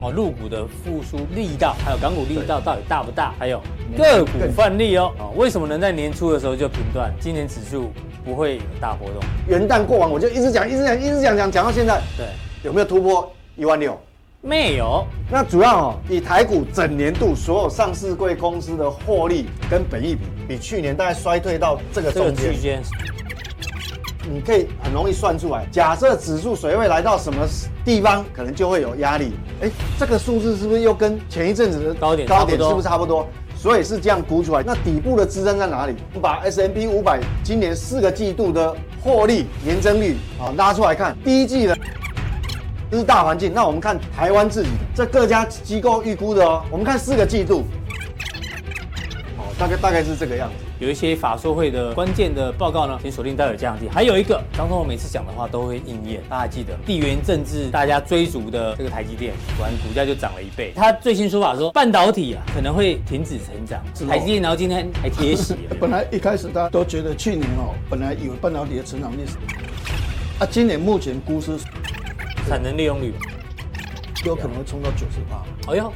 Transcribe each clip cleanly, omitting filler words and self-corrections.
陆股的复苏力道，还有港股力道到底大不大？还有个股范例哦。为什么能在年初的时候就评断今年指数不会有大波动？ 元旦过完我就一直讲到现在， 对， 有没有突破16000？ 没有。 那主要以台股整年度所有上市柜公司的获利跟本益比去年大概衰退到这个中间。 区间。 你可以很容易算出来，假设指数水位来到什么地方，可能就会有压力。这个数字是不是又跟前一阵子的高点是不是差不多？所以是这样估出来。那底部的支撑在哪里？我们把 S&P 500今年4个季度的获利年增率拉出来看，第一季的这是大环境。那我们看台湾自己的，这各家机构预估的哦。我们看4个季度，大概是这个样子。 有一些法说会的关键的报告呢，请锁定待会这样子。还有一个，张忠谋每次讲的话都会应验，大家记得地缘政治大家追逐的这个台积电，果然股价就涨了1倍。他最新说法说，半导体可能会停止成长，台积电然后今天还贴息。 本来一开始大家都觉得去年本来以为半导体的成长率今年目前估是产能利用率有可能会冲到90%。 哎呦。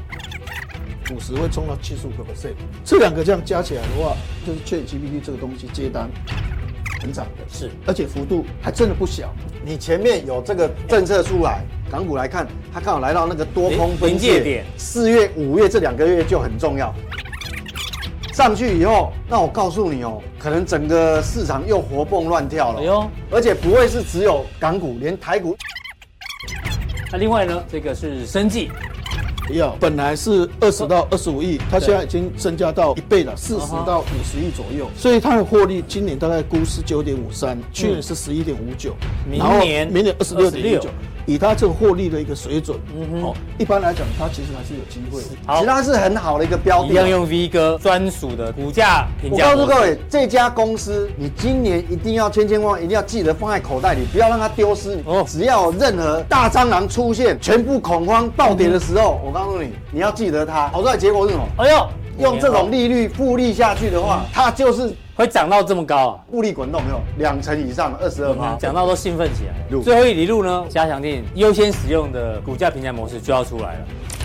50会冲到75%，这2个这样加起来的话，就是 ChatGPT 这个东西接单成长的， 是， 而且幅度还真的不小。 你前面有这个政策出来，港股来看，它刚好来到那个多空分界点，4月、5月这2个月就很重要。上去以后，那我告诉你可能整个市场又活蹦乱跳了。哎呦，而且不会是只有港股，连台股。 那另外呢，这个是生技。 本来是20到25亿，它现在已经增加到1倍了，40到50亿左右，所以它的获利今年大概估19.53，去年是11.59， 明年 26.19。以它这个获利的一个水准，一般来讲，它其实还是有机会。 其实它是很好的一个标的， 一样用 V 哥专属的股价评价。 我告诉各位，这家公司你今年一定要千万一定要记得放在口袋里，不要让它丢失。只要有任何大蟑螂出现，全部恐慌暴跌的时候，我告诉你，你要记得它。好出来结果是什么？哎呦，用这种利率复利下去的话，它就是会涨到这么高啊！ 复利滚动没有2成以上，22%， 讲到都兴奋起来。最后一里路呢，加强定优先使用的股价评价模式就要出来了。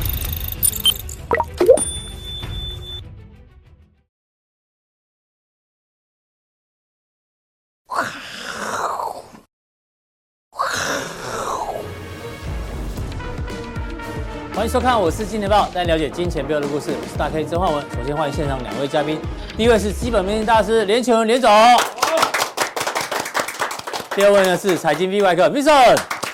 欢迎收看，我是金钱豹，带你了解金钱背后的故事。我是大 K 曾焕文。首先欢迎现场2位嘉宾，第一位是基本面大师连乾文连总，第二位呢是财经 V 外客 Vincent。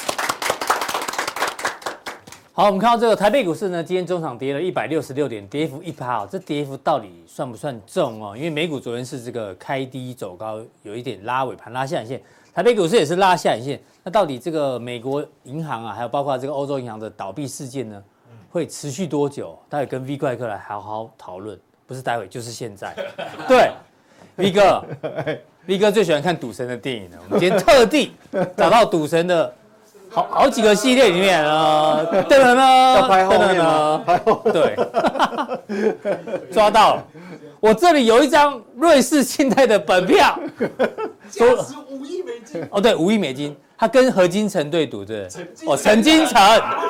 好，我们看到这个台北股市呢，今天中场跌了166点，跌幅1%，这跌幅到底算不算重哦？因为美股昨天是这个开低走高，有一点拉尾盘拉下影线，台北股市也是拉下影线。那到底这个美国银行还有包括这个欧洲银行的倒闭事件呢？会持续多久？待会跟 V 怪客来好好讨论，不是待会就是现在。对 ，V 哥最喜欢看赌神的电影了。我们今天特地找到赌神的好几个系列里面要拍后面吗？ 对，抓到了。我这里有一张瑞士信贷的本票， 价值5亿美金。 对，5亿美金。他跟何金城对赌，对不对？陈金城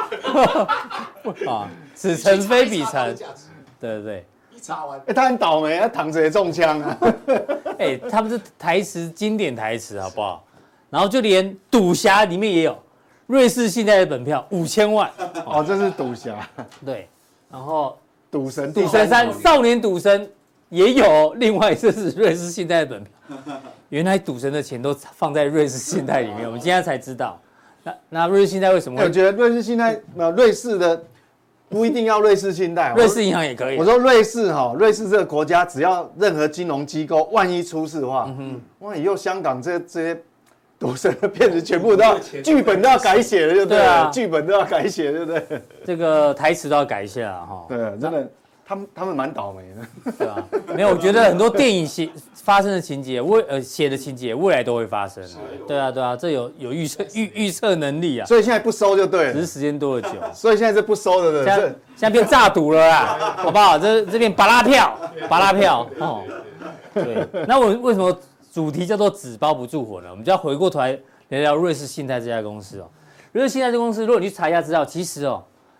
此城非彼城，对。 一查完， 他很倒霉，他躺着也中枪啊。 他们是台词经典台词，好不好？然后就连赌侠里面也有瑞士信贷的本票5000万。 这是赌侠。 对，然后赌神 3少年赌神也有，另外这是瑞士信贷的本票。原来赌神的钱都放在瑞士信贷里面，我们今天才知道。那瑞士信贷为什么会？ 我觉得瑞士信贷，瑞士的不一定要瑞士信贷， 瑞士银行也可以。 我说瑞士这个国家，只要任何金融机构万一出事的话，以后香港这些赌神的骗子全部都要剧本都要改写了，对不对？剧本都要改写，对不对？ 这个台词都要改一下哈。 对，真的。他们蛮倒霉的， 对吧？没有，我觉得很多电影发生的情节，写的情节，未来都会发生。对啊，这有预测能力啊。 所以现在不收就对了， 只是时间多了久。 所以现在是不收的， 现在变诈赌了啦，好不好？这变巴拉票哦。对，那我为什么主题叫做纸包不住火呢？我们就要回过头来聊聊瑞士信贷这家公司哦。瑞士信贷这家公司，如果你去查一下资料，其实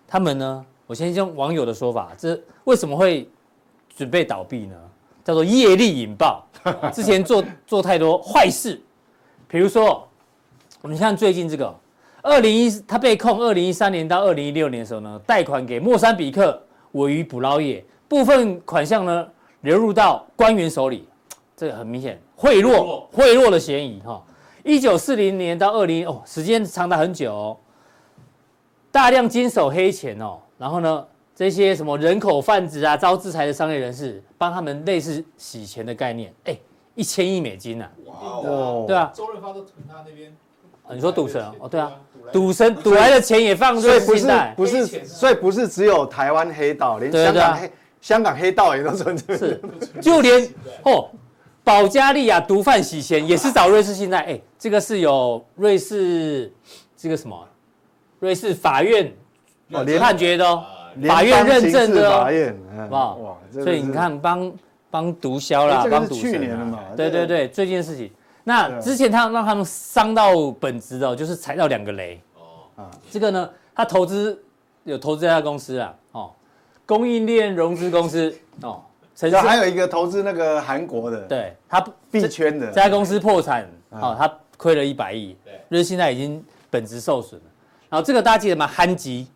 他们呢，我先用网友的说法，这为什么会准备倒闭呢？叫做业力引爆，之前做太多坏事，比如说我们看最近这个他被控2013年到2016年的时候呢，贷款给莫桑比克尾鱼捕捞业，部分款项呢流入到官员手里，这个很明显贿赂的嫌疑哈。1940年到时间长达很久哦，大量经手黑钱哦，然后呢，这些什么人口贩子啊、遭制裁的商业人士，帮他们类似洗钱的概念，1000亿美金啊， 哇哦， 对啊， 周润发都囤他那边。 你说赌神哦，对啊，赌神赌来的钱也放瑞士信贷， 所以不是只有台湾黑道，连香港黑道也都存在， 是，就连保加利亚毒贩洗钱也是找瑞士信贷，这个是有瑞士这个什么瑞士法院判决的哦，法院认证的哦，好不好？哇，所以你看帮毒枭啦，帮赌神， 去年的嘛， 对，最近的事情。那之前他让他们伤到本质的，就是踩到2个雷。这个呢，他有投资这家公司啊，供应链融资公司还有一个投资那个韩国的， 对，他币圈的这家公司破产，他亏了100亿，瑞士现在已经本质受损了。然后这个大家记得吗？韩籍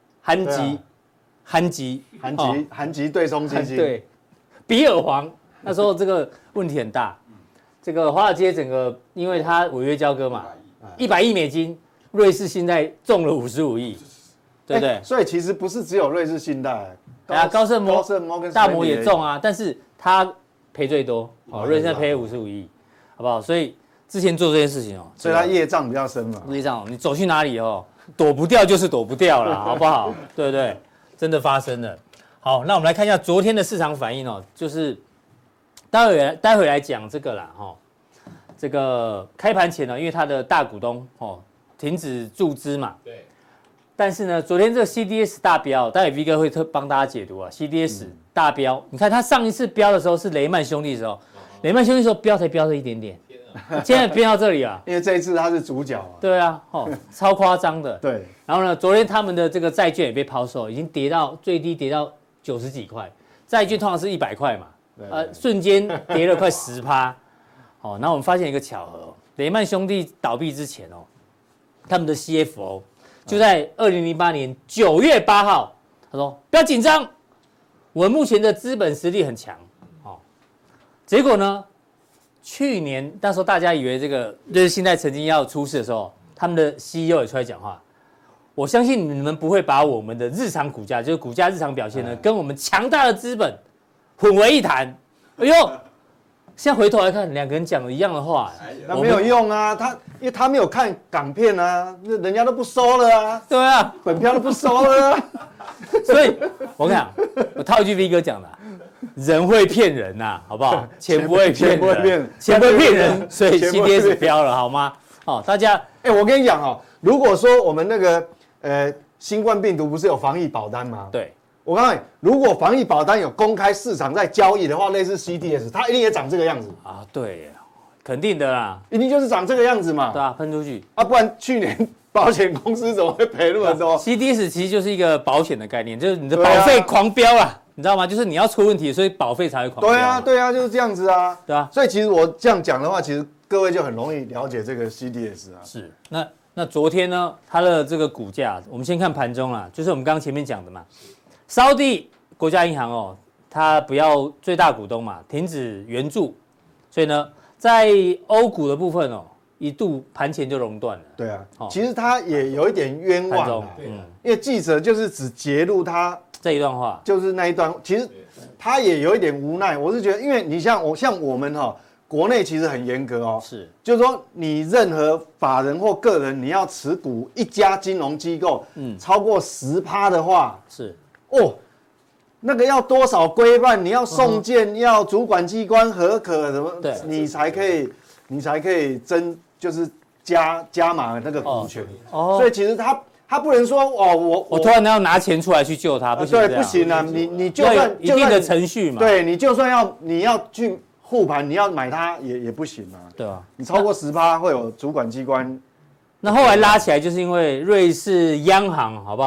对冲基金， 对，比尔黄那时候这个问题很大。这个华尔街整个，因为他违约交割嘛，100亿美金，瑞士信贷中了55亿，对不对？ 所以其实不是只有瑞士信贷， 高盛摩根大摩也中啊，但是他赔最多，瑞士现在赔55亿，好不好？所以之前做这件事情所以他业障比较深嘛。 业障，你走去哪里躲不掉就是躲不掉了，好不好？对不对？真的发生了。好，那我们来看一下昨天的市场反应就是待会来讲这个啦，这个开盘前呢，因为他的大股东停止注资嘛，对。但是呢，昨天这个 CDS 大标，待会 V 哥会帮大家解读啊。CDS 大标，你看他上一次标的时候是雷曼兄弟的时候，雷曼兄弟的时候标才标了一点点，现在标到这里啊。 因为这一次他是主角对啊，超夸张的。 对。 然后呢，昨天他们的这个债券也被抛售，已经最低跌到90几块，债券通常是100块嘛。瞬间跌了快10%，然后我们发现一个巧合，雷曼兄弟倒闭之前他们的 CFO 就在2008年9月8号，他说不要紧张，我们目前的资本实力很强，结果呢，去年那时候大家以为这个瑞士信贷曾经要出事的时候，他们的 CEO 也出来讲话，我相信你们不会把我们的日常股价，就是股价日常表现呢，跟我们强大的资本混为一谈。哎呦，现在回头来看，两个人讲了一样的话， 那没有用啊。因为他没有看港片啊，人家都不收了啊。 对啊， 本票都不收了啊。 所以我跟你讲，我套一句 V 哥讲的，人会骗人呐，好不好？钱不会骗人，钱不会骗人，所以 CDS 标了，好吗？大家， 我跟你讲如果说我们那个新冠病毒不是有防疫保单吗？ 对。 我告诉你，如果防疫保单有公开市场在交易的话，类似 CDS， 它一定也长这个样子啊。对，肯定的啦， 一定就是长这个样子嘛。 对啊，喷出去不然去年保险公司怎么会赔那么多 ？CDS 其实就是一个保险的概念，就是你的保费狂飙啊，你知道吗？就是你要出问题，所以保费才会狂飙。 对啊，就是这样子啊。 对啊， 所以其实我这样讲的话，其实各位就很容易了解这个 CDS 啊。 是，那昨天呢，它的这个股价，我们先看盘中啦，就是我们刚刚前面讲的嘛，沙地国家银行它不要最大股东嘛，停止援助，所以呢，在欧股的部分一度盘前就熔断了。 对啊，其实他也有一点冤枉因为记者就是只截录他这一段话， 就是那一段，其实他也有一点无奈。我是觉得，因为你像我们国内其实很严格是， 就是说你任何法人或个人，你要持股一家金融机构，超过10%的话， 是那个要多少规范？你要送件，要主管机关核可什么？ 对， 你才可以就是加码那个股权。所以其实他不能说我突然要拿钱出来去救他，不行。 对，不行啊！你就算一定的程序嘛。 对，你就算你要去护盘，你要买它也不行啊。 对啊， 你超过10%会有主管机关。 那后来拉起来，就是因为瑞士央行好不好？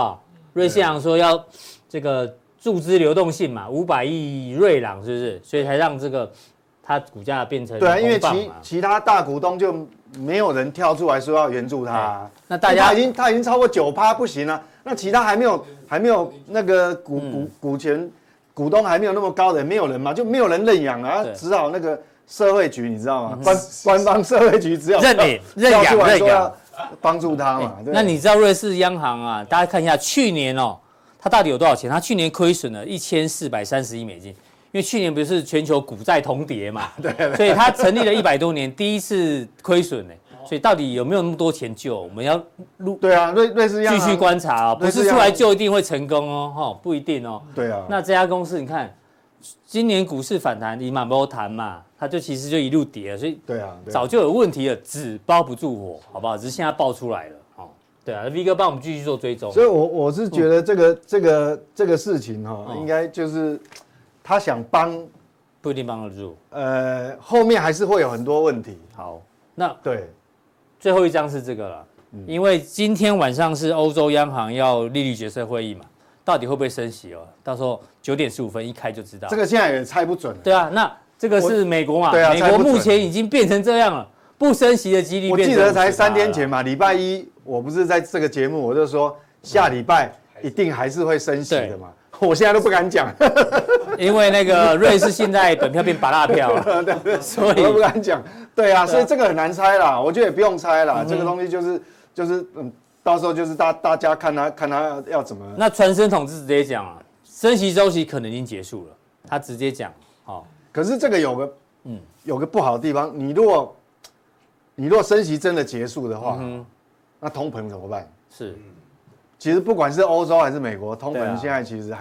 瑞士银行说要这个注资流动性嘛，500亿瑞郎是不是？所以才让这个它股价变成对啊，因为红棒嘛其他大股东就没有人跳出来说要援助他， 那大家他已经超过9%不行了，那其他还没有那个股东还没有那么高的，没有人嘛，就没有人认养啊，只好那个社会局你知道吗？官方社会局只有认养帮助他嘛。 那你知道瑞士央行啊？大家看一下去年哦，它到底有多少钱？它去年亏损了1430亿美金。因为去年不是全球股债同跌嘛，对，所以它成立了100多年，第一次亏损呢，所以到底有没有那么多钱救？我们要对啊，瑞士央行继续观察哦，不是出来救一定会成功哦，不一定哦。 对啊， 那这家公司你看，今年股市反弹，你满不谈嘛，它就其实就一路跌了，所以对啊，早就有问题了，纸包不住火，好不好？只是现在爆出来了，哦，对啊 ，V 哥帮我们继续做追踪。 所以我是觉得这个事情哈，应该就是。他想帮， 不一定帮得住。 后面还是会有很多问题。 好，那对， 最后一章是这个了，因为今天晚上是欧洲央行要利率决策会议嘛，到底会不会升息哦？到时候9点15分一开就知道。 这个现在也猜不准。 对啊，那这个是美国嘛？ 对啊， 美国目前已经变成这样了，不升息的几率变成50%。 我记得才3天前嘛，礼拜一我不是在这个节目，我就说下礼拜一定还是会升息的嘛。我现在都不敢讲， 因为那个瑞士现在本票变拔蜡票了，对，所以我都不敢讲。对啊，所以这个很难猜啦，我觉得也不用猜啦，这个东西就是到时候就是大家看他要怎么。 那传声筒直接讲啊，升息周期可能已经结束了，他直接讲，哦。 可是这个有个不好的地方，你如果升息真的结束的话，那通膨怎么办？ 是。 其实不管是欧洲还是美国，通膨现在其实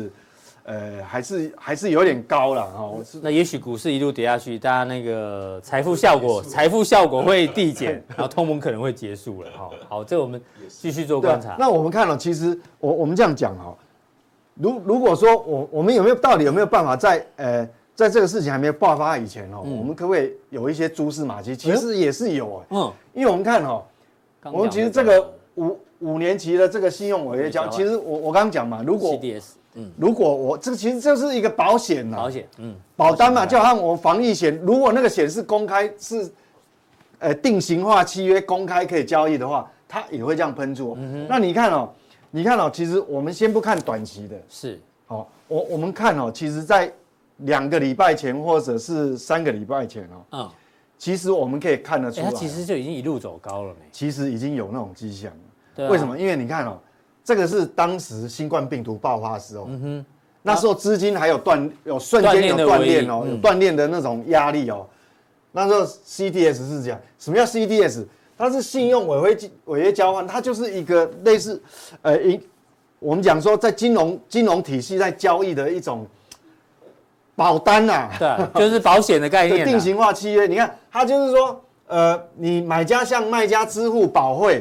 还是有点高了哈。 那也许股市一路跌下去，大家那个财富效果会递减，然后通膨可能会结束了。好，这我们继续做观察。 那我们看了，其实我们这样讲哈，如果说我们有没有办法在这个事情还没有爆发以前哦，我们可不可以有一些蛛丝马迹？其实也是有因为我们看哈，我们其实这个5年期的这个信用违约交，其实我刚刚讲嘛，如果 CDS， 如果我这个其实就是一个保险呐， 保险， 保单嘛，就好像我防疫险，如果那个险是公开是定型化契约公开可以交易的话，它也会这样喷出。那你看哦，其实我们先不看短期的， 是， 我们看哦，其实在2个礼拜前或者是3个礼拜前哦，其实我们可以看得出来， 它其实就已经一路走高了其实已经有那种迹象了。为什么？因为你看哦，这个是当时新冠病毒爆发的时候，那时候资金还有瞬间有断裂哦，有断裂的那种压力哦。那时候 CDS 是这样，什么叫 CDS？ 它是信用违约交换，它就是一个类似我们讲说在金融体系在交易的一种保单呐， 对，就是保险的概念， 定型化契约。你看，它就是说，你买家向卖家支付保费。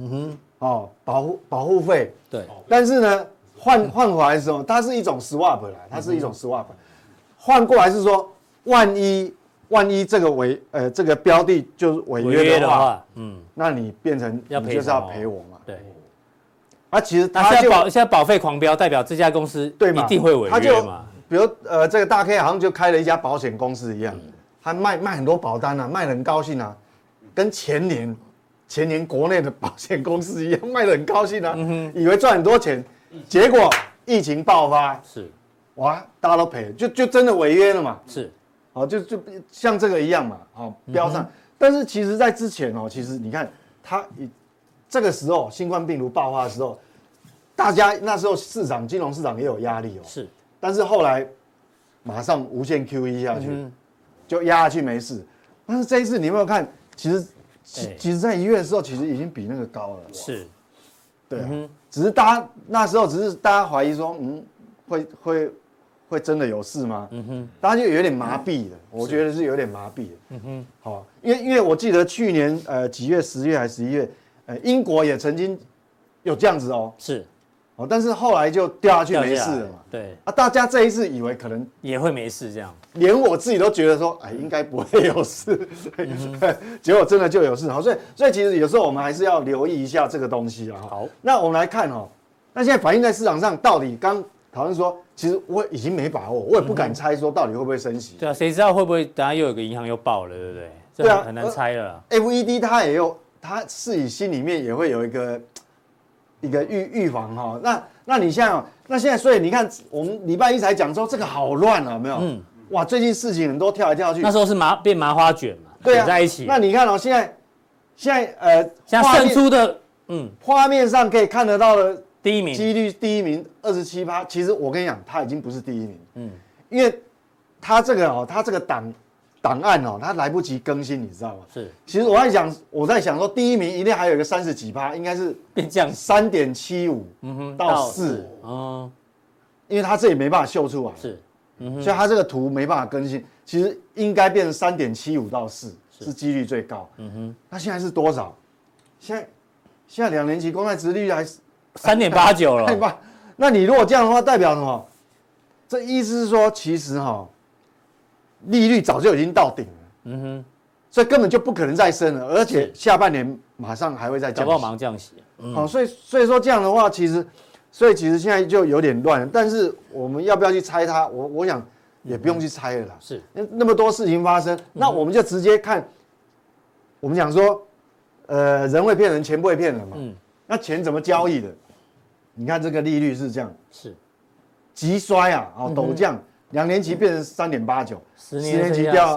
保护费，对，但是呢，换回来的时候，它是一种 swap 啦，它是一种 swap，换过来是说，万一这个这个标的就是违约的话，那你变成你就是要赔我嘛，对，其实它现在保费狂飙，代表这家公司一定会违约嘛， 比如这个大 K 好像就开了一家保险公司一样，他卖很多保单啊，卖得很高兴啊，跟前年国内的保险公司一样，卖得很高兴啊，以为赚很多钱，结果疫情爆发， 是， 哇，大家都赔了，就真的违约了嘛， 是， 就像这个一样嘛，标上。但是其实在之前其实你看它这个时候新冠病毒爆发的时候，大家那时候金融市场也有压力是， 但是后来马上无限 QE 下去，就压下去没事。但是这一次你有没有看，其实在1月的时候，其实已经比那个高了。 是， 对啊，只是那时候大家怀疑说，会真的有事吗？大家就有点麻痹了，我觉得是有点麻痹了。好，因为我记得去年几月10月还是11月，英国也曾经有这样子是。 但是后来就掉下去没事了嘛。对大家这一次以为可能也会没事，这样， 连我自己都觉得说，应该不会有事，结果真的就有事。好，所以其实有时候我们还是要留意一下这个东西啊。好，那我们来看那现在反映在市场上，到底刚讨论说，其实我已经没把握，我也不敢猜说到底会不会升息。 对啊，谁知道会不会等下又有个银行又爆了，对不对？ 对啊， 很难猜了啦。 FED 它也有，它自己心里面也会有一个预防哈。那你像那现在，所以你看，我们礼拜一才讲说这个好乱啊，有没有？哇，最近事情很多跳来跳去。 那时候是变麻花卷嘛， 对啊， 卷在一起。 那你看哦，现在胜出的， 画面上可以看得到的第一名几率第一名27%，其实我跟你讲，他已经不是第一名，因为他这个档案哦，他来不及更新，你知道吗？ 是。 其实我在想说，第一名一定还有一个30几%，应该是变降 3.75到4，因为他这里没办法秀出来， 是， 所以他这个图没办法更新，其实应该变成3.75到4，是几率最高。那现在是多少？现在2年期公债殖利率还是 3.89了。 3.8，那你如果这样的话，代表什么？这意思是说，其实利率早就已经到顶了，所以根本就不可能再升了，而且下半年马上还会再降息， 搞不好马上降息。 所以说这样的话，其实现在就有点乱了。但是我们要不要去猜它？我想也不用去猜了啦， 是那么多事情发生，那我们就直接看，我们讲说，人会骗人，钱不会骗人嘛，那钱怎么交易的？你看这个利率是这样， 是急衰啊，陡降。2年期变成3.89，10年期掉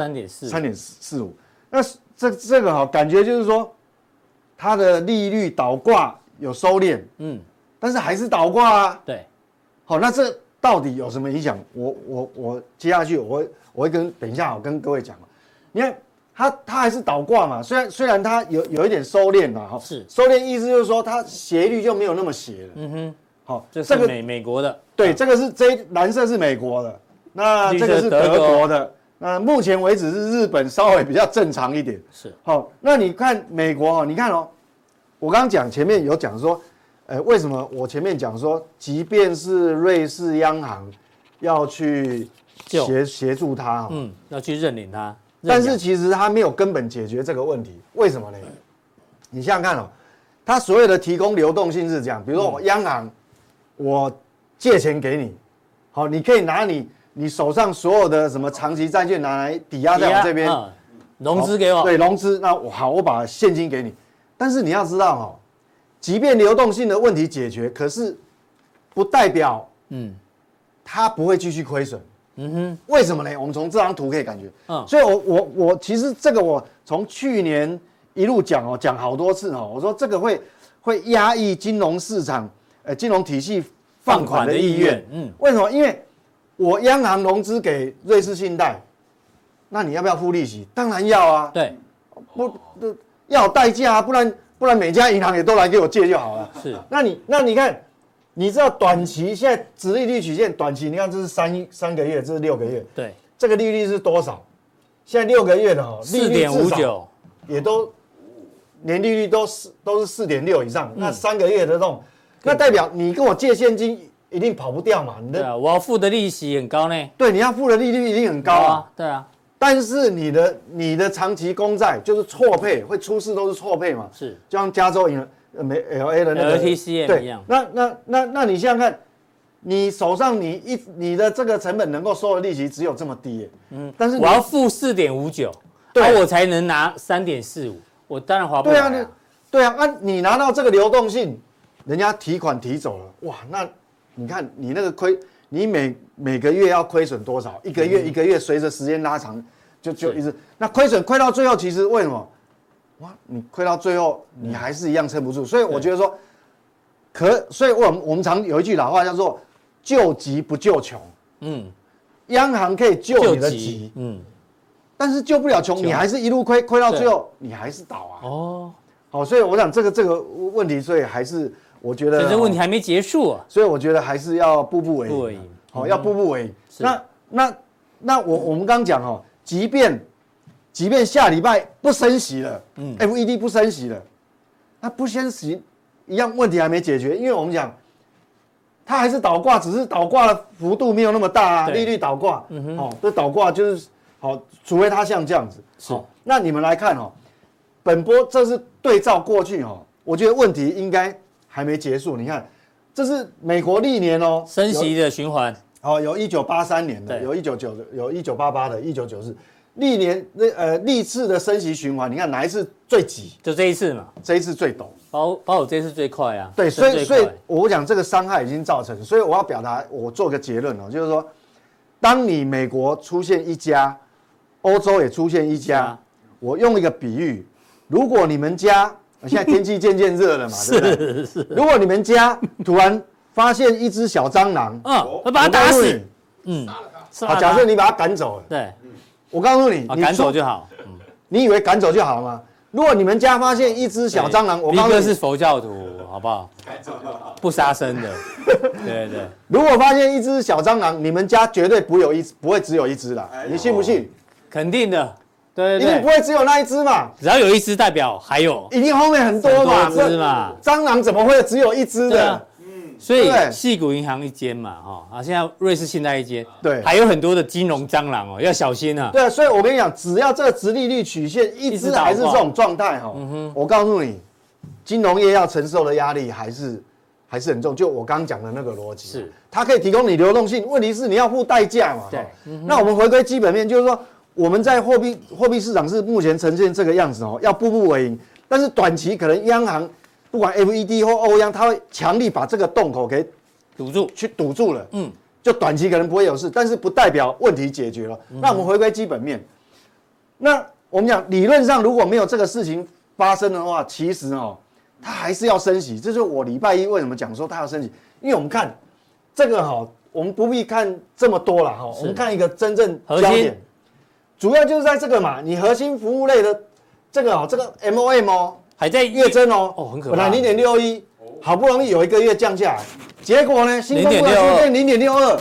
3.45。那这个感觉就是说，它的利率倒挂有收敛，但是还是倒挂啊。 对， 好，那这到底有什么影响？我接下去我会等一下我跟各位讲。你看它还是倒挂嘛，虽然它有一点收敛嘛， 是收敛意思就是说它斜率就没有那么斜了。好， 这是美国的， 对，这个是蓝色是美国的。那这个是德国的，那目前为止是日本稍微比较正常一点。 是， 好，那你看美国你看我刚刚讲前面有讲说，为什么我前面讲说，即便是瑞士央行要去协助它， 要去认领它， 但是其实它没有根本解决这个问题，为什么呢？你想想看它所谓的提供流动性是这样，比如说央行，我借钱给你，好，你可以拿你手上所有的什么长期债券拿来抵押在我这边， 融资给我。 对，融资，那我把现金给你。但是你要知道即便流动性的问题解决，可是不代表它不会继续亏损。为什么呢？我们从这张图可以感觉。所以我其实这个我从去年一路讲好多次我说这个会压抑金融市场金融体系放款的意愿。为什么？因为我央行融资给瑞士信贷，那你要不要付利息？当然要啊。 对， 要有代价啊，不然每家银行也都来给我借就好了。 是。 那你看，你知道短期现在殖利率曲线，短期你看这是三个月，这是6个月。 对。 这个利率是多少？现在6个月的 4.59， 也都年利率都是4.6以上。那3个月的这种，那代表你跟我借现金。一定跑不掉嘛？ 对啊，我要付的利息很高呢。 对，你要付的利率一定很高啊。 对啊。但是你的长期公债就是错配，会出事都是错配嘛。 是。 就像加州银行LA 的那个 LTCM 一样。 那你想想看，你手上你的这个成本能够收的利息只有这么低但是我要付4.59，我才能拿3.45，我当然划不来。 对啊，你拿到这个流动性，人家提款提走了，哇，那。你看，你那个亏，你每个月要亏损多少？一个月随着时间拉长，就一直那亏损亏到最后，其实为什么？哇，你亏到最后，你还是一样撑不住。所以我觉得说，所以我们常有一句老话叫做“救急不救穷”。央行可以救你的急，但是救不了穷，你还是一路亏到最后，你还是倒啊。好，所以我想这个问题，所以还是。我觉得这问题还没结束啊， 所以我觉得还是要步步为营。要步步为营。那我们刚讲即便下礼拜不升息了，FED 不升息了，那不升息一样问题还没解决，因为我们讲它还是倒挂，只是倒挂的幅度没有那么大啊，利率倒挂，这倒挂就是除非它像这样子。那你们来看本波这是对照过去我觉得问题应该。还没结束，你看， 这是美国历年哦升息的循环。 有1983年的，有1990的，有1988的，1994，历年历次的升息循环，你看哪一次最急？ 就这一次嘛， 这一次最陡， 包括这次最快啊。 对，所以我讲这个伤害已经造成，所以我要表达，我做个结论哦，就是说，当你美国出现一家，欧洲也出现一家，我用一个比喻，如果你们家现在天气渐渐热了嘛，对不对？是。如果你们家突然发现一只小蟑螂， 我把它打死， 好，假设你把它赶走了， 对， 我告诉你， 赶走就好， 你以为赶走就好吗？如果你们家发现一只小蟑螂，我告诉你， 一个是佛教徒，好不好？不杀生的，对。 如果发现一只小蟑螂，你们家绝对不会只有一只啦，你信不信？ 肯定的，对， 一定不会只有那一只嘛。 只要有一只，代表还有， 一定后面很多嘛，蟑螂怎么会只有一只的？ 所以矽谷银行一间嘛，现在瑞士信贷一间， 对， 还有很多的金融蟑螂要小心啊。 对，所以我跟你讲，只要这个殖利率曲线一直还是这种状态我告诉你，金融业要承受的压力还是很重。就我刚刚讲的那个逻辑， 是它可以提供你流动性，问题是你要付代价嘛。 对， 那我们回归基本面，就是说我们在货币市场是目前呈现这个样子要步步为营，但是短期可能央行。不管 FED 或欧央，它会强力把这个洞口给堵住了，就短期可能不会有事，但是不代表问题解决了。那我们回归基本面，那我们讲理论上如果没有这个事情发生的话，其实它还是要升息。这就是我礼拜一为什么讲说它要升息，因为我们看这个我们不必看这么多了我们看一个真正焦点，主要就是在这个嘛，你核心服务类的这个MOM 还在月增很可怕。 本来0.61，好不容易有一个月降下来，结果呢，新公布的数据0.62，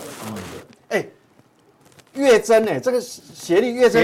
月增这个斜率越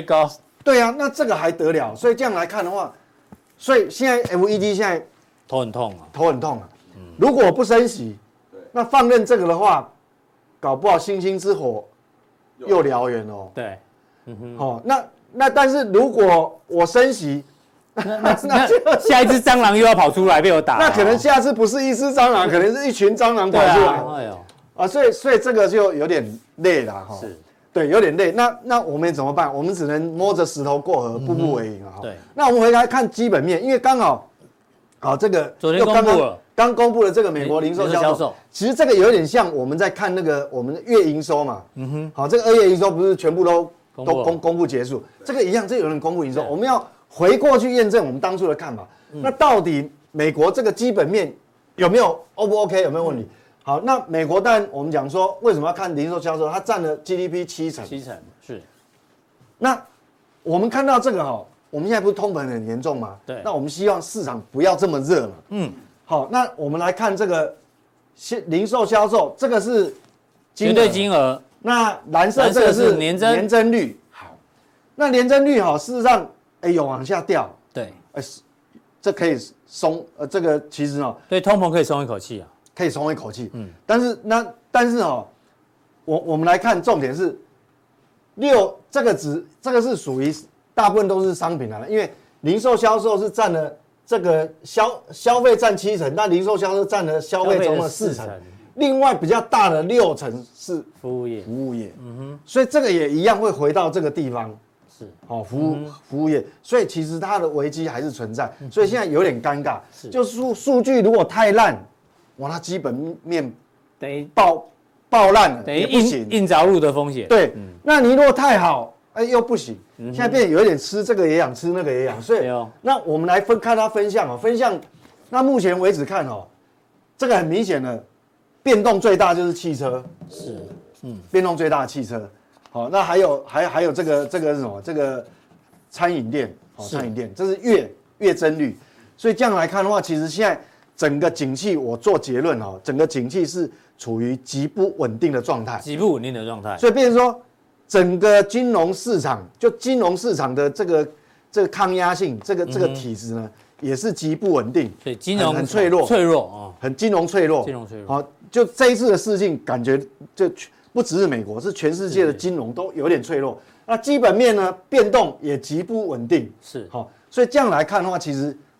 头很痛啊。 如果不升息，那放任这个的话，搞不好星星之火又燎原对， 那但是如果我升息。 那下一只蟑螂又要跑出来被我打， 那可能下次不是一只蟑螂，可能是一群蟑螂跑出来。所以这个就有点累了是， 对，有点累。那我们怎么办？我们只能摸着石头过河，步步为营对。 那我们回来看基本面，因为刚好，这个昨天公布了， 刚公布了这个美国零售销售，其实这个有点像我们在看那个我们的月营收嘛。好，这个2月营收不是全部都公布结束，这个一样，这有人公布营收，我们要。回过去验证我们当初的看法，那到底美国这个基本面有没有 O 不 OK， 有没有问题？好，那美国当然我们讲说为什么要看零售销售，它占了 GDP 7成是。那我们看到这个我们现在不是通膨很严重吗？ 对。 那我们希望市场不要这么热嘛。好，那我们来看这个零售销售，这个是绝对金额， 那蓝色这个是年增率。好，那年增率事实上。有往下掉， 对， 这可以松，这个其实对通膨可以松一口气啊， 可以松一口气，但是我们来看重点是这个是属于大部分都是商品因为零售销售是占了这个消费占7成，那零售销售占了消费中的4成，另外比较大的6成是服务业， 所以这个也一样会回到这个地方。是服务业，所以其实它的危机还是存在，所以现在有点尴尬。就是数据如果太烂，哇，它基本面等于爆烂了， 等于硬着陆的风险。 对，那你如果太好，又不行，现在变有一点吃这个也养，吃那个也养，所以那我们来看它分项那目前为止看这个很明显的变动最大就是汽车，变动最大的汽车。好，那还有这个是什么？这个餐饮店，餐饮店，这是月增率。所以这样来看的话，其实现在整个景气，我做结论整个景气是处于极不稳定的状态。所以变成说，整个金融市场，就金融市场的这个抗压性，这个体质呢，也是极不稳定。 对，金融很脆弱，很金融脆弱。好，就这一次的事情，感觉就。不只是美国，是全世界的金融都有点脆弱。那基本面呢，变动也极不稳定。 是好，所以这样来看的话，其实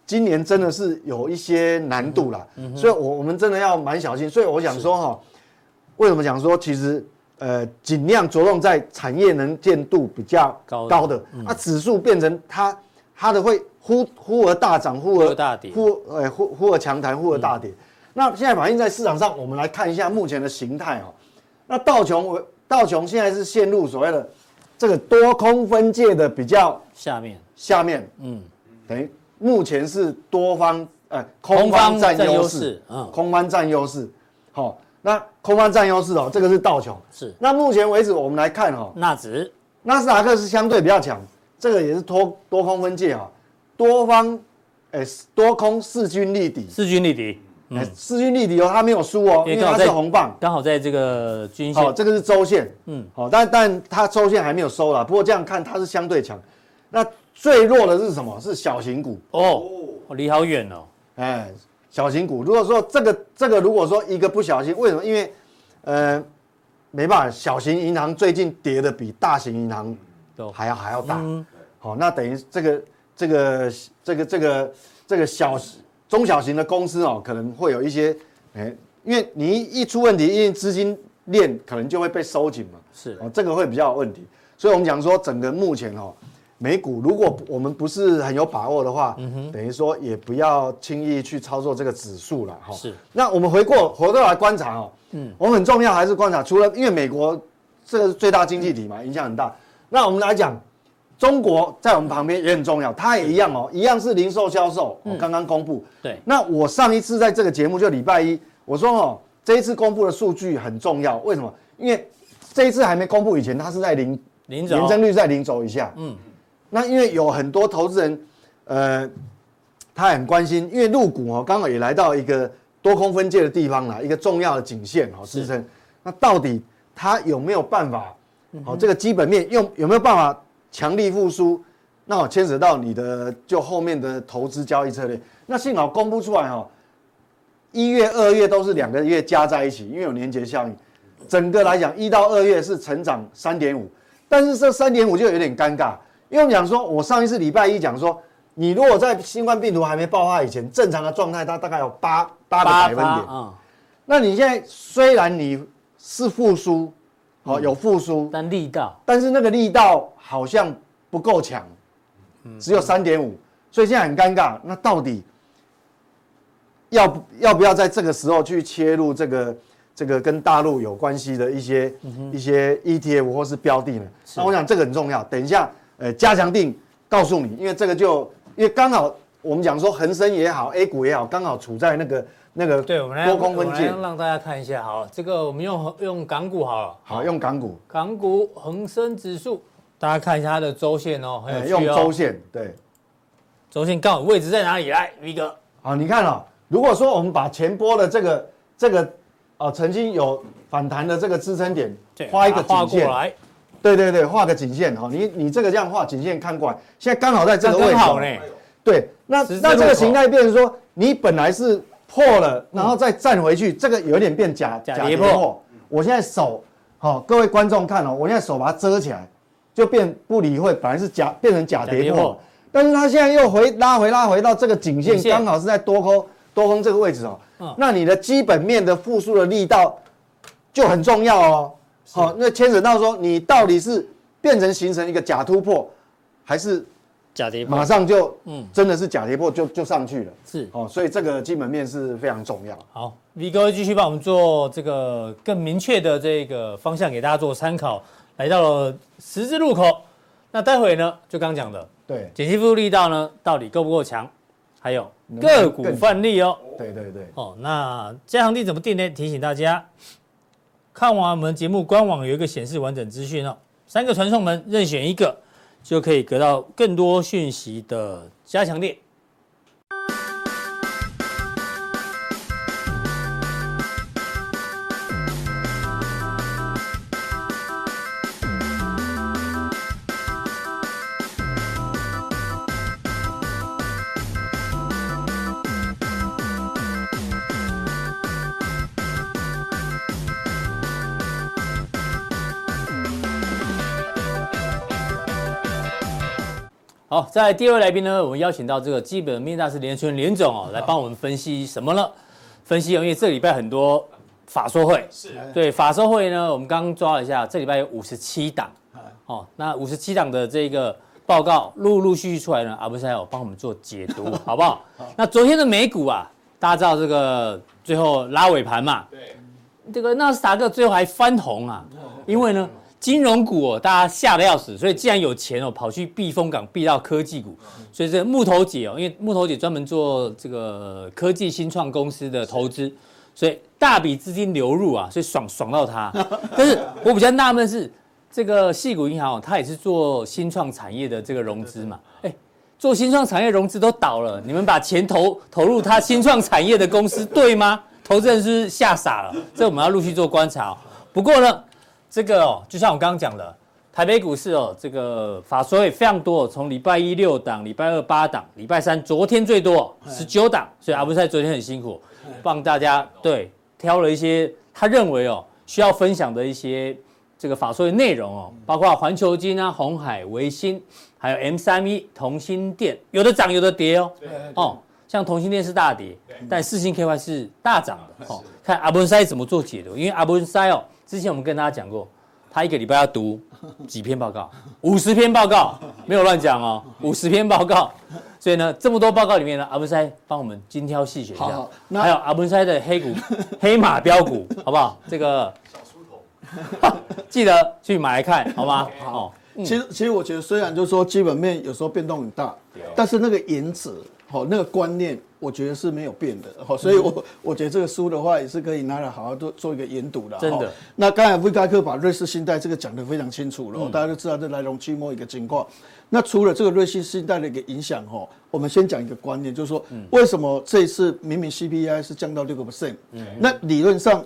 今年真的是有一些难度啦，所以我们真的要蛮小心。所以我想说哈，为什么讲说其实尽量着重在产业能见度比较高的，指数变成它的会忽而大涨，忽而大跌，忽而强弹，忽而大跌。那现在反映在市场上，我们来看一下目前的形态哦。那道琼现在是陷入所谓的这个多空分界的比较下面，等于目前是空方占优势，空方占优势，好，那空方占优势哦，这个是道琼，是。那目前为止我们来看哦，纳斯达克是相对比较强，这个也是多空分界啊，多空势均力敌，势均力敌哦，它没有输哦，因为它是红棒， 刚好在这个均线， 这个是周线，好，但它周线还没有收啦，不过这样看它是相对强。那最弱的是什么？是小型股离好远哦， 小型股。如果说这个如果说一个不小心，为什么？因为没办法，小型银行最近跌的比大型银行还要大，好，那等于这个中小型的公司哦，可能会有一些，因为你一出问题，因为资金链可能就会被收紧嘛，是，这个会比较有问题。所以我们讲说，整个目前美股，如果我们不是很有把握的话，等于说也不要轻易去操作这个指数了哈。是。那我们回过来观察哦，我们很重要还是观察，除了因为美国这个是最大经济体嘛，影响很大。那我们来讲。中国在我们旁边也很重要，它也一样哦，一样是零售销售，刚刚公布。对，那我上一次在这个节目就礼拜一，我说这一次公布的数据很重要，为什么？因为这一次还没公布以前，它是在年增率在零轴以下。那因为有很多投资人，他很关心，因为陆股刚好也来到一个多空分界的地方啦，一个重要的颈线支撑。那到底它有没有办法？这个基本面有没有办法？强力复苏，那我牵扯到你的就后面的投资交易策略。那幸好公布出来1月、2月都是2个月加在一起，因为有年节效应。整个来讲，1到2月是成长3.5，但是这3.5就有点尴尬，因为我们讲说，我上一次礼拜一讲说，你如果在新冠病毒还没爆发以前，正常的状态它大概有8个百分点。那你现在虽然你是复苏。有复苏，但是那个力道好像不够强，只有3.5，所以现在很尴尬。那到底要不要在这个时候去切入这个跟大陆有关系的一些 ETF 或是标的呢？那我想这个很重要。等一下，加强定告诉你，因为这个因为刚好我们讲说恒生也好 ，A 股也好，刚好处在那个对，我们来多空分界，让大家看一下。好，这个我们用港股好了。好， 用港股。 港股恒生指数，大家看一下它的周线哦，很有趣用周线，对。 周线刚好位置在哪里？来，V 哥。 好，你看如果说我们把前波的这个曾经有反弹的这个支撑点，画一个颈线。来。对，画个颈线你这个这样画颈线看过来，现在刚好在这个位置。刚好呢。对，那这个形态变成说，你本来是。破了，然后再站回去，这个有点变假跌破。我现在手，各位观众看我现在手把它遮起来，就变不理会，本来是变成假跌破，但是它现在又拉回到这个颈线，刚好是在多空这个位置那你的基本面的复苏的力道就很重要那牵扯到说你到底是变成形成一个假突破，还是？ 假跌破马上就真的是假跌破就上去了，是所以这个基本面是非常重要。 好 ，V 哥继续帮我们做这个更明确的这个方向给大家做参考。来到了十字路口，那待会呢就刚讲的，对，减息复苏力道呢到底够不够强？还有个股范例对那加强定怎么定呢？提醒大家，看完我们节目官网有一个显示完整资讯3个传送门任选一个。就可以得到更多讯息的加强店。 好，在第二位来宾呢，我们邀请到这个基本面大师连春连总哦，来帮我们分析什么呢？分析因为这个礼拜很多法说会，对法说会呢，我们刚刚抓了一下，这礼拜有57档，那57档的这个报告陆续出来呢，阿布赛有帮我们做解读，好不好？那昨天的美股啊，大家知道这个最后拉尾盘嘛，对，这个纳斯达克最后还翻红啊，因为呢。金融股哦，大家吓得要死，所以既然有钱哦，跑去避风港，避到科技股，所以这个木头姐哦，因为木头姐专门做这个科技新创公司的投资，所以大笔资金流入啊，所以爽到她。但是我比较纳闷是，这个矽谷银行哦，它也是做新创产业的这个融资嘛，做新创产业融资都倒了，你们把钱投入它新创产业的公司对吗？投资人是不是吓傻了？这我们要陆续做观察。不过呢。这个哦，就像我刚刚讲的，台北股市哦，这个法说会非常多，从礼拜一6档，礼拜二8档，礼拜三昨天最多19档，所以阿布赛昨天很辛苦，帮大家挑了一些他认为哦需要分享的一些这个法说会内容哦，包括环球金啊、鸿海、微星，还有 M31、同心电，有的涨有的跌哦，像同心电是大跌，但世芯 KY 是大涨的哦。看阿布赛怎么做解读，因为阿布赛哦。之前我们跟大家讲过，他一个礼拜要读几篇报告，50篇报告，没有乱讲哦，50篇报告。所以呢，这么多报告里面呢，阿文塞帮我们精挑细选一下，还有阿文塞的黑马标股，好不好？这个小书头，记得去买来看，好吗？好。 其实我觉得，虽然就是说基本面有时候变动很大，但是那个原则，那个观念，我觉得是没有变的。所以我觉得这个书的话，也是可以拿来好好做一个研读的。 真的。那刚才威盖克把瑞士信贷这个讲得非常清楚了，大家都知道这来龙去脉一个情况。那除了这个瑞士信贷的一个影响，我们先讲一个观念，就是说为什么这一次明明 CPI 是降到6%，那理论上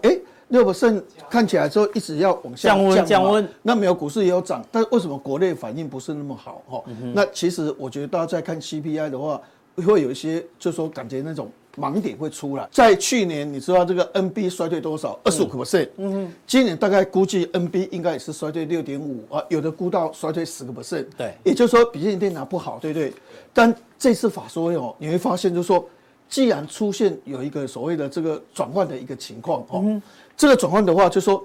6% 看起来之后一直要往下降温，那没有股市也有涨，但是为什么国内反应不是那么好？那其实我觉得大家在看 CPI 的话，会有一些就是说感觉那种盲点会出来。在去年你知道这个 NB 衰退多少？25%，今年大概估计 NB 应该也是衰退6.5%啊，有的估到衰退10%。 对， 也就是说笔记本电脑不好，对不对？但这次法说会你会发现就是说，既然出现有一个所谓的这个转换的一个情况这个转换的话，就是说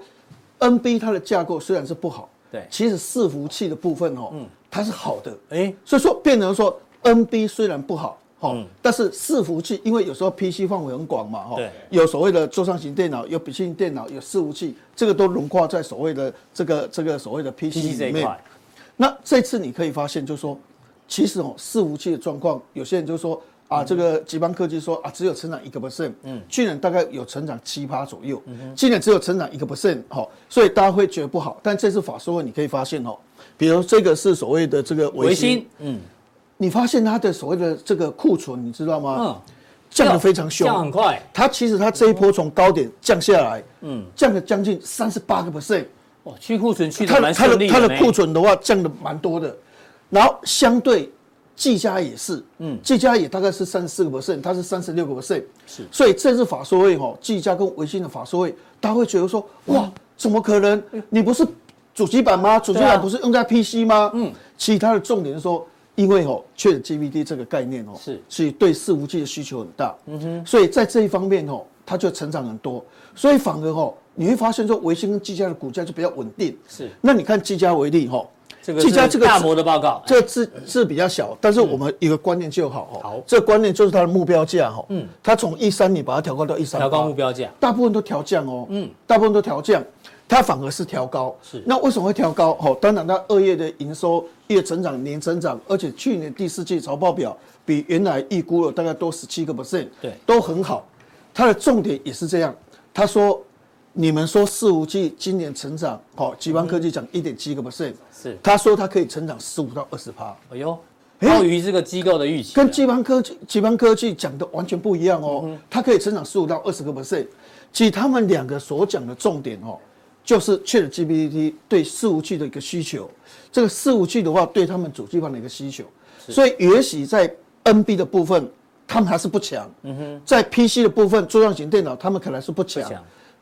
NB 它的架构虽然是不好，对，其实伺服器的部分它是好的，所以说变成说 NB 虽然不好，但是伺服器因为有时候 PC 范围很广嘛，有所谓的桌上型电脑，有笔记本电脑，有伺服器，这个都笼括在所谓的这个所谓的 PC 里面。那这次你可以发现，就是说，其实伺服器的状况，有些人就说。这个集邦科技说只有成长1%，去年大概有成长7%左右，今年只有成长1%，所以大家会觉得不好。但这次法说会你可以发现比如这个是所谓的这个微星，你发现它的所谓的这个库存，你知道吗？降得非常凶， 降很快。 其实它这一波从高点降下来，降了将近38%。 哇，去库存去得蛮顺利的。 它的库存的话降得蛮多的，然后相对。技嘉也是，技嘉也大概是34%，它是36%，是，所以这次法说会技嘉跟微星的法说会，大家会觉得说，哇，怎么可能？你不是主机板吗？主机板不是用在 PC 吗？其实它的重点是说，因为ChatGPT 这个概念是对伺服器的需求很大，所以在这一方面它就成长很多，所以反而你会发现说，微星跟技嘉的股价就比较稳定。是，那你看技嘉为例技嘉这个大摩的报告， 这个字比较小，但是我们一个观念就好好，这个观念就是它的目标价它从13你把它调高到138， 调高目标价， 大部分都调降大部分都调降，它反而是调高。是，那为什么会调高？当然它2月的营收月成长、年成长，而且去年第4季财报表比原来预估了大概多17%，对，都很好。它的重点也是这样，他说。你们说伺服器今年成长，集邦科技讲1.7%，是，他说它可以成长15%到20%。 哎呦，高于这个机构的预期， 跟集邦科技讲的完全不一样它可以成长15%到20%。其实他们两个所讲的重点就是 ChatGPT 对伺服器的一个需求，这个伺服器的话对他们主机板的一个需求，所以也许在 NB 的部分他们还是不强，在 PC 的部分桌上型电脑他们可能是不强。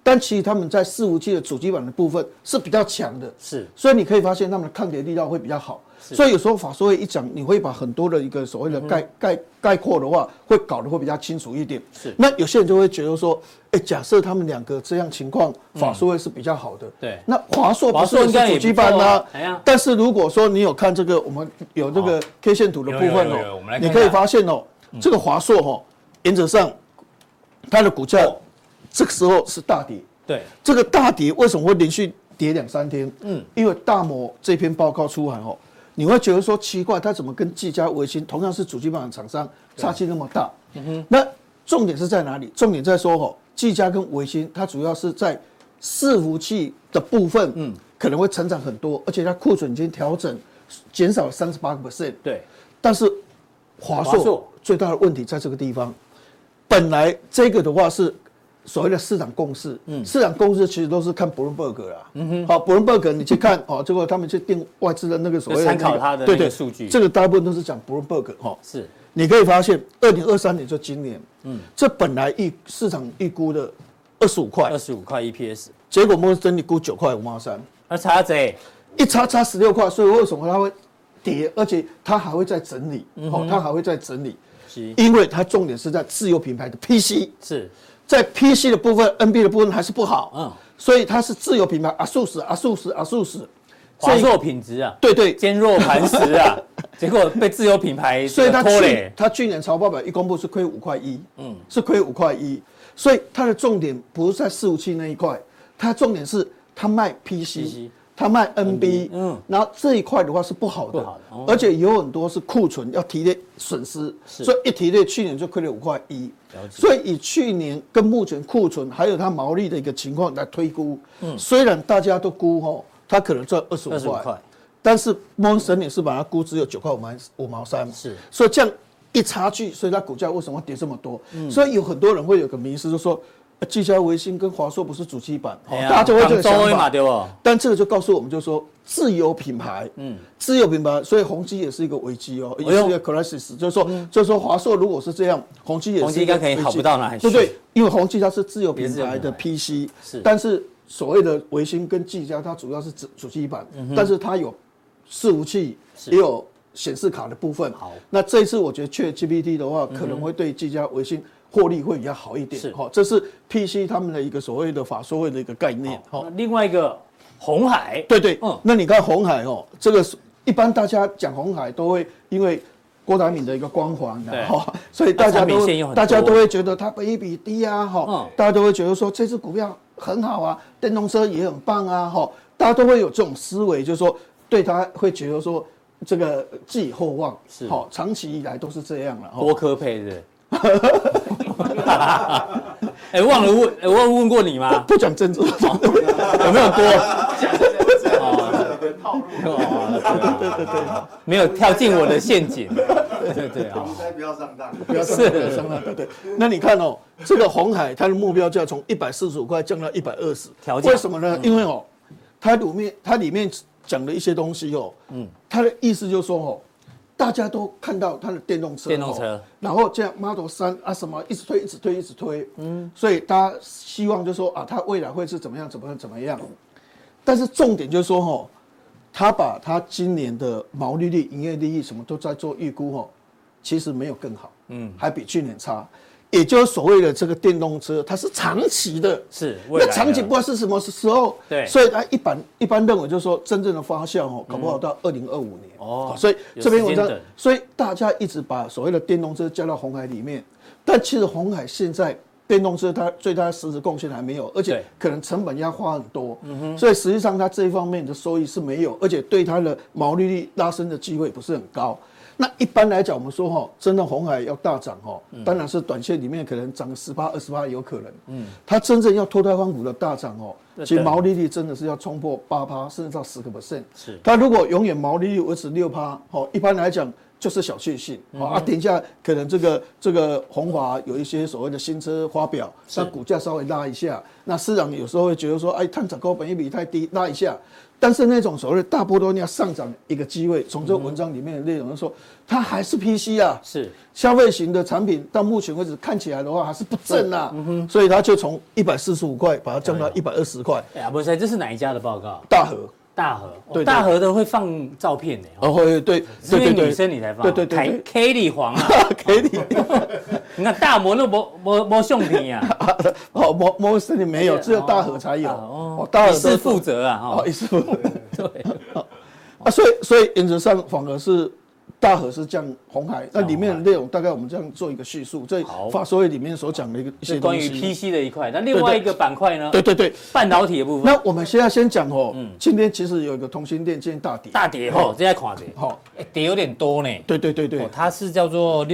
但其实他们在伺服器的主机板的部分是比较强的， 是， 所以你可以发现他们的抗跌力道会比较好。所以有时候法说会一讲，你会把很多的一个所谓的概括的话，会搞得会比较清楚一点。 是， 那有些人就会觉得说，假设他们两个这样情况，法说会是比较好的。 对， 那华硕不是主机板吗？但是如果说你有看这个，我们有这个 K 线图的部分哦，你可以发现哦，这个华硕哦，原则上它的股价这个时候是大跌。 对， 这个大跌为什么会连续跌2、3天？因为大摩这篇报告出来哦。你会觉得说奇怪，它怎么跟技嘉、微星同样是主机板的厂商，差距那么大？那重点是在哪里？重点在说技嘉跟微星，它主要是在伺服器的部分，可能会成长很多，而且它库存已经调整减少了38%。 对， 但是华硕最大的问题在这个地方，本来这个的话是所谓的市场共识，市场共识其实都是看 Bloomberg 啦，好 ，Bloomberg 你去看结果他们去定外资的那个所谓的参考它的那个数据， 这个大部分都是讲 Bloomberg 是， 你可以发现2023年就今年，这本来市场预估的25块 EPS， 结果摩根士丹利估9块5毛3， 差这一差16块，所以为什么它会跌，而且它还会再整理，它还会再整理，因为它重点是在自有品牌的 PC 是。 在 PC 的部分 ，NB 的部分还是不好，所以它是自有品牌ASUS， 华硕品质啊， 对， 坚若磐石啊，结果被自有品牌所以拖累。 它去年财报表一公布是亏5块1，是亏5块1，所以它的重点不是在伺服器那一块，它的重点是它卖 PC。他卖 NB， 然后这一块的话是不好的，而且有很多是库存要提列损失，所以一提列去年就亏了5块1，所以以去年跟目前库存还有它毛利的一个情况来推估，虽然大家都估它可能赚25块，但是摩根士丹利是把它估只有9块5毛3，是，所以这样一差距，所以它股价为什么会跌这么多？所以有很多人会有个迷思，就说。技嘉、微星跟华硕不是主机板，大家就会这个想法，对吧？但这个就告诉我们，就说自有品牌，自有品牌，所以宏基也是一个危机哦，也是一个 crisis， 就是说华硕如果是这样，宏基也是，宏基应该可以好不到哪里去， 对不对？因为宏基它是自有品牌的 PC， 但是所谓的微星跟技嘉，它主要是主机板，但是它有伺服器，也有显示卡的部分。好，那这一次我觉得ChatGPT 的话，可能会对技嘉、微星。获利会比较好一点，这是 PC 他们的一个所谓的法说会的一个概念。 另外一个鸿海， 对，那你看鸿海这个一般大家讲鸿海都会因为郭台铭的一个光环，所以大家都会觉得它本益比低啊，大家都会觉得说这只股票很好啊，电动车也很棒啊，大家都会有这种思维，就是说对他会觉得说这个寄以厚望，是长期以来都是这样了。 多科配的。忘了问，我问过你吗？ 不讲政治，有没有多？对，没有跳进我的陷阱。对啊， 不要上当， 不要上当。对。那你看这个鸿海它的目标价从145块降到120，为什么呢？因为它里面讲的一些东西它的意思就是说大家都看到它的电动车，然后这样 Model 3啊什么一直推，所以大家希望就说它未来会是怎么样，但是重点就是说他把他今年的毛利率、营业利益什么都在做预估其实没有更好，还比去年差。也就是所谓的这个电动车，它是长期的， 是那长期不知道是什么时候，对，所以它一般认为就是说真正的发酵搞不好到2025年所以这篇文章，所以大家一直把所谓的电动车加到鸿海里面，但其实鸿海现在电动车它最大的实质贡献还没有，而且可能成本要花很多，所以实际上它这一方面的收益是没有，而且对它的毛利率拉升的机会不是很高。那一般来讲，我们说真的鸿海要大涨当然是短线里面可能涨个18%、20%有可能。它真正要脱胎换骨的大涨其实毛利率真的是要冲破8%，甚至到10%。是。它如果永远毛利率维持6%，一般来讲就是小确幸等一下可能这个鸿华有一些所谓的新车发表，那股价稍微拉一下，那市场有时候会觉得说，哎，探长高本益比太低，拉一下。但是那种所谓的大波动要上涨一个机会，从这个文章里面的内容就说，它还是 PC 啊， 是消费型的产品，到目前为止看起来的话还是不正啊，所以它就从145块把它降到120块。 哎，不是，这是哪一家的报告？ 大和。 大和， 对大和的会放照片呢。 会对， 因为女生你才放。对 Kelly 黄啊 ，Kelly， 你看大摩那没相片啊。 摩森里没有，只有大和才有。 大和是负责啊， 一是负责。 对。 所以原则上反而是大和是降鸿海，那里面的内容大概我们这样做一个叙述，这法说会里面所讲的一些东西。 关于 PC 的一块，那另外一个板块呢？ 对， 半导体的部分。 那我们现在先讲今天其实有一个同心店今天大跌这在看着，跌有点多呢。 对， 它是叫做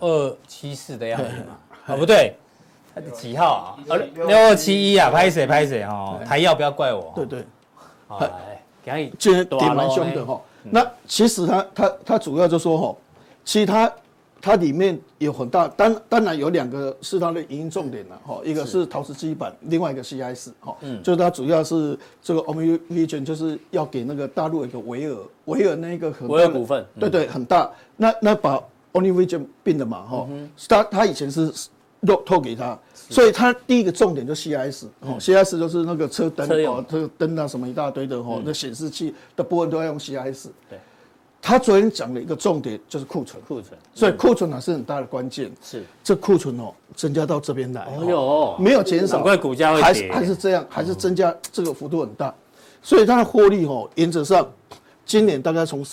6274的样子嘛？不对，它的几号啊？6271啊，拍谁台药不要怪我。 对， 好来， 今天跌蛮凶的那其实它主要就说其实它里面有很大，当然有2个是它的营运重点了一个是陶瓷基板，另外一个 CIS 就是它主要是这个 OmniVision 就是要给那个大陆一个维尔那个很大维尔股份， 对很大，那把 OmniVision 并了嘛它以前是透给他，所以他第一个重点就 CIS，CIS 就是那个车灯这个灯啊什么一大堆的那显示器的部分都要用 CIS。对，他昨天讲了一个重点就是库存，所以库存还是很大的关键。是，这库存增加到这边来，没有减少， 难怪股价会跌， 还是这样，还是增加这个幅度很大，所以它的获利原则上。今年大概从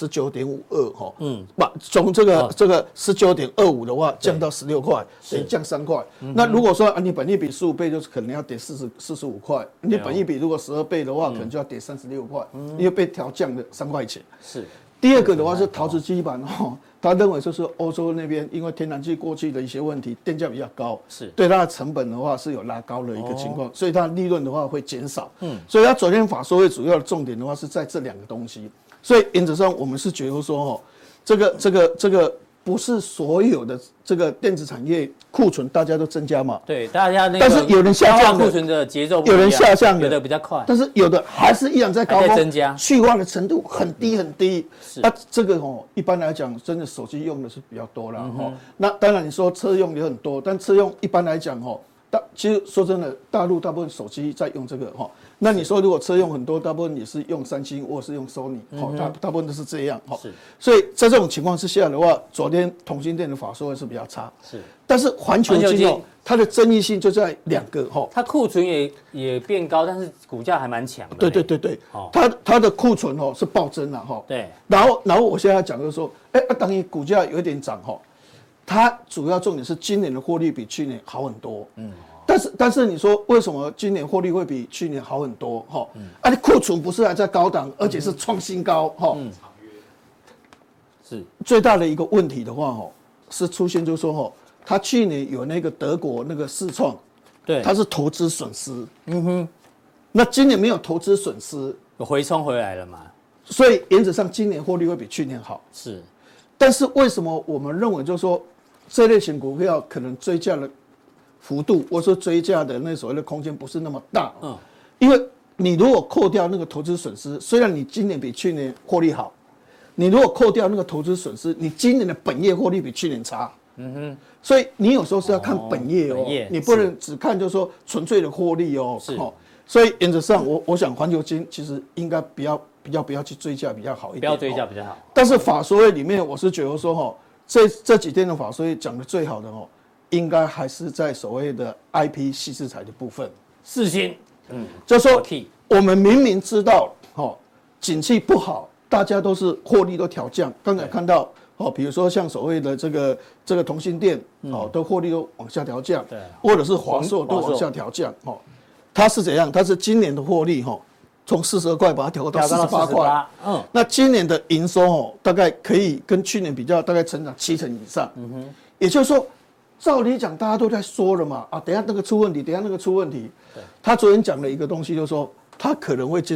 19.52从这个19.25的话降到16块，等于降3块。那如果说你本益比15倍，就是可能要跌45块；你本益比如果12倍的话，可能就要跌36块，因为被调降了3块钱。是。第二个的话是陶瓷基板他认为就是欧洲那边因为天然气过去的一些问题，电价比较高，是对它的成本的话是有拉高的一个情况，所以它的利润的话会减少。所以它昨天法说会主要的重点的话是在这2个东西。所以原则上我们是觉得说这个不是所有的这个电子产业库存大家都增加嘛？ 对，大家但是有人下降的库存的节奏不一样， 有人下降的， 有的比较快， 但是有的还是依然在高峰， 增加， 去化的程度很低。这个一般来讲，真的手机用的是比较多啦那当然你说车用也很多，但车用一般来讲其实说真的，大陆大部分手机在用这个那你说如果车用很多，大部分也是用三星或是用 Sony，大部分都是这样所以在这种情况之下的话，昨天同心店的法说会是比较差，是。但是环球晶它的争议性就在2个它库存也变高，但是股价还蛮强的。 对，它的库存是暴增了对。然后我现在讲就是说，当然股价有一点涨它主要重点是今年的获利比去年好很多，但是你说为什么今年获利会比去年好很多？你库存不是还在高档，而且是创新高，是最大的一个问题的话，是出现就是说，它去年有那个德国那个世创，对，它是投资损失，那今年没有投资损失， 有回冲回来了嘛？ 所以原则上今年获利会比去年好，是。但是为什么我们认为就是说这类型股票可能追价的幅度，或者说追价的那所谓的空间不是那么大？因为你如果扣掉那个投资损失，虽然你今年比去年获利好，你如果扣掉那个投资损失，你今年的本业获利比去年差。所以你有时候是要看本业你不能只看就是说纯粹的获利所以原则上我想环球晶其实应该不要去追价比较好一点， 不要追价比较好。 但是法说会里面我是觉得说这几天的法说会讲的最好的应该还是在所谓的 IP 矽智财的部分。 世芯， 就是说我们明明知道景气不好，大家都是获利都调降。刚才看到比如说像所谓的这个同心店都获利都往下调降，或者是华硕都往下调降它是怎样？它是今年的获利从42块把它调到48块，那今年的营收大概可以跟去年比较，大概成长70%以上。也就是说，照理讲大家都在说了嘛，等一下那个出问题，等一下那个出问题。他昨天讲了一个东西，就是说他可能会接到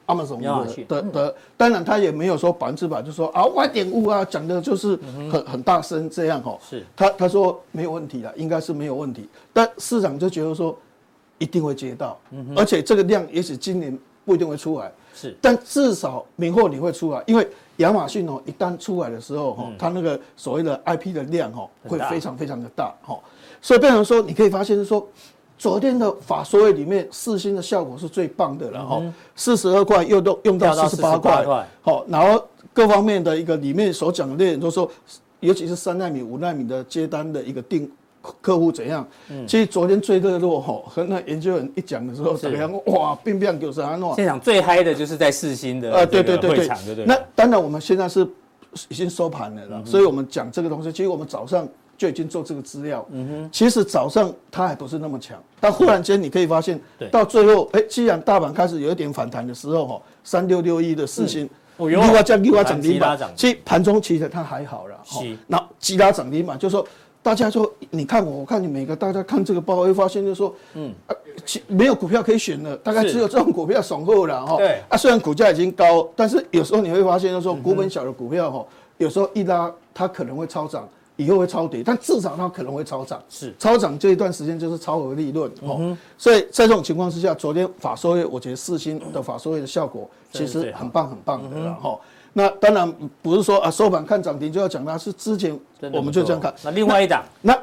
Amazon 亚马逊的，当然他也没有说100%，就说啊外点误啊，讲的就是很大声这样哈。 是， 他说没有问题啦，应该是没有问题，但市场就觉得说一定会接到，而且这个量也许今年不一定会出来， 是， 但至少明后年会出来，因为亚马逊一旦出来的时候它那个所谓的 IP 的量会非常非常的大所以变成说你可以发现是说。昨天的法说会里面，世芯的效果是最棒的了，42块用到48块，好，然后各方面的一个里面所讲的内容都说，尤其是3奈米、5奈米的接单的一个客户怎样？其实昨天最热络和那研究人一讲的时候，大家哇，变就是安诺。 现场最嗨的就是在世芯的对会场，对不对？ 那当然我们现在是已经收盘了啦，所以我们讲这个东西，其实我们早上。就已经做这个资料，其实早上它还不是那么强，但忽然间你可以发现，到最后，既然大盘开始有一点反弹的时候，3661的世芯，另外涨停板，其实盘中其实它还好了，然后急拉涨停板，就说大家说你看我看你每个大家看这个报会发现就说，没有股票可以选了，大概只有这种股票爽后了对虽然股价已经高，但是有时候你会发现就说股本小的股票有时候一拉它可能会超涨。以后会超跌，但至少它可能会超涨。 是超涨这一段时间就是超额利润所以在这种情况之下，昨天法说会，我觉得世芯的法说会的效果其实很棒的了那当然不是说收盘看涨停就要讲它，是之前我们就这样看。 那另外一档， 那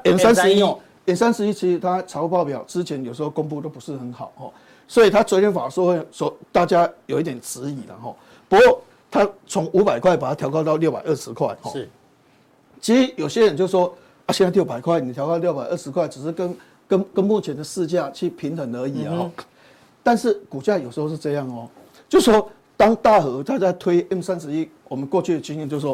M31 其实它财务报表之前有时候公布都不是很好所以它昨天法说会说大家有一点质疑了不过它从500块把它调高到620块是。 其实有些人就说现在600块，你调到620块，只是跟目前的市价去平衡而已但是股价有时候是这样就说当大和他在推 M31，我们过去的经验就是说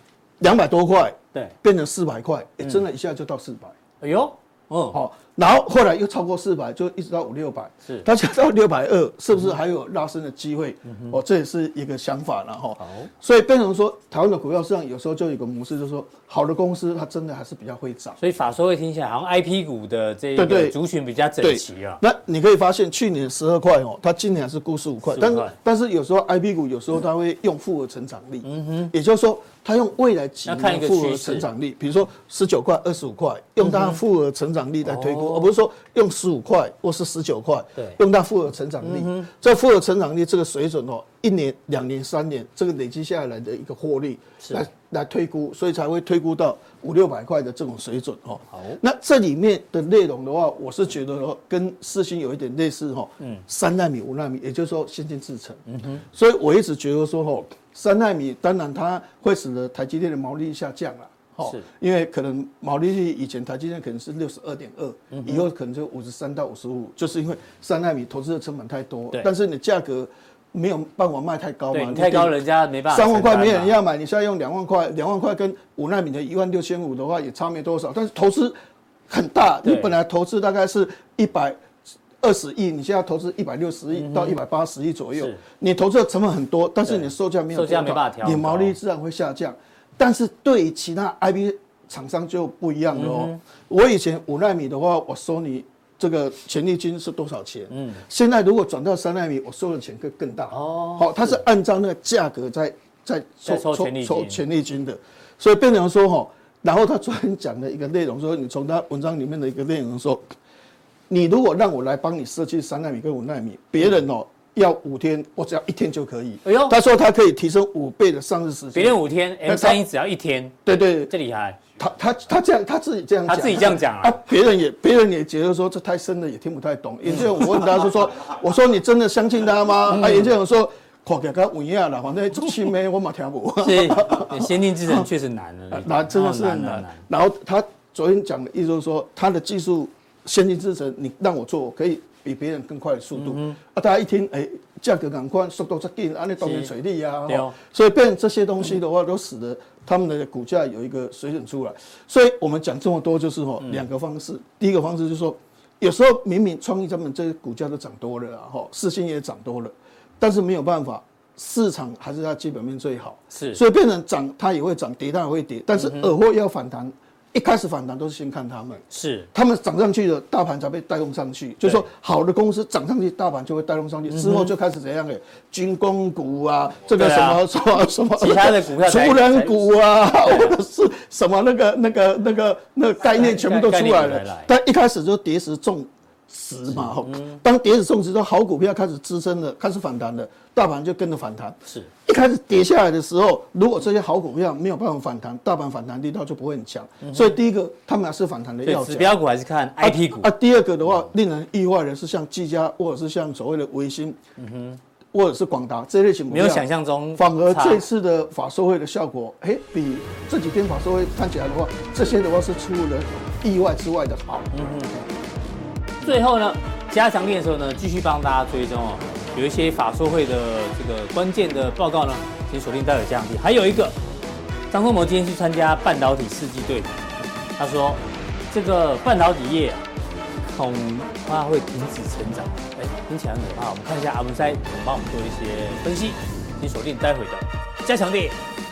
200多块，对，变成400块，真的一下就到400。 哎呦， 然后后来又超过400，就一直到500、600，是它降到620，是不是还有拉升的机会？这也是一个想法了所以变成说，台湾的股票市场有时候就有一个模式，就是说，好的公司它真的还是比较会涨。 所以法说会听起来好像 IP 股的这个族群比较整齐啊。 那你可以发现，去年12块它今年是估15块，但是有时候 IP 股有时候它会用复合成长率，也就是说。它用未来几年复合成长率，比如说19块、25块，用它复合成长率来推估，而不是说用15块或是19块，用它复合成长率。这复合成长率这个水准1年、2年、3年，这个累积下来的一个获利来推估，所以才会推估到500、600块的这种水准那这里面的内容的话，我是觉得跟世芯有一点类似3奈米、5奈米，也就是说先进制程。所以我一直觉得说3奈米当然它会使得台积电的毛利率下降了，因为可能毛利率以前台积电可能是62.2，以后可能就53到55，就是因为3奈米投资的成本太多，但是你价格没有办法卖太高嘛， 你太高人家没办法 ，3万块没人要买，你现在用2万块，2万块跟5奈米的16500的话也差没多少，但是投资很大，你本来投资大概是120亿，你现在投资160亿到180亿左右，你投资的成本很多，但是你的售价没有办法调，你毛利自然会下降。但是对于其他 IP 厂商就不一样了我以前5奈米的话，我收你这个权利金是多少钱？现在如果转到3奈米，我收的钱更大它是按照那个价格在抽权利金的，所以变成说然后他昨天讲的一个内容说，你从他文章里面的一个内容说。你如果让我来帮你设计3奈米跟5奈米，别人要5天，我只要1天就可以。他说他可以提升5倍的上市时间。 别人5天 ，M31只要1天。 对， 这厉害。 他这样他自己这样讲， 他自己这样讲啊。 别人也觉得说这太深了，也听不太懂。研究员我问他说，我说你真的相信他吗？研究员说。看起来跟稳样了，反正做新的我嘛听不。 先进制程确实难了， 真的是很难。然后他昨天讲的意思就是说，他的技术先进制程，你让我做，我可以比别人更快的速度。大家一听，价格赶快，速度再紧，按那当然水利啊。所以变成这些东西的话，都使得他们的股价有一个水准出来。所以我们讲这么多，就是2个方式。第一个方式就是说，有时候明明创意他们这个股价都涨多了世芯也涨多了。但是没有办法，市场还是它基本面最好，所以变成涨它也会涨，跌它也会跌，但是尔后要反弹， 一开始反弹都是先看他们， 是他们涨上去了，大盘才被带动上去。就是说，好的公司涨上去，大盘就会带动上去，之后就开始怎样？军工股啊，这个什么其他的股票， 储能股啊，或者是什么那个概念全部都出来了。但一开始就跌时重时嘛，当跌时重时，好股票开始支撑了，开始反弹了，大盘就跟着反弹。 是。 一开始跌下来的时候，如果这些好股票没有办法反弹，大盘反弹力道就不会很强。所以第一个，他们还是反弹的要角。 指标股还是看 IP 股第二个的话，令人意外的是，像技嘉或者是像所谓的微星，或者是广达这类型股票， 没有想象中， 反而这次的法说会的效果，比这几天法说会看起来的话，这些的话是出了意外之外的好。 最后呢，加强练的时候呢，继续帮大家追踪哦。有一些法说会的这个关键的报告呢，请锁定待会加强地。还有一个，张忠谋今天去参加半导体世纪对谈，他说这个半导体业恐怕会停止成长。听起来很可怕。我们看一下阿文塞怎么帮我们做一些分析，请锁定待会的加强地。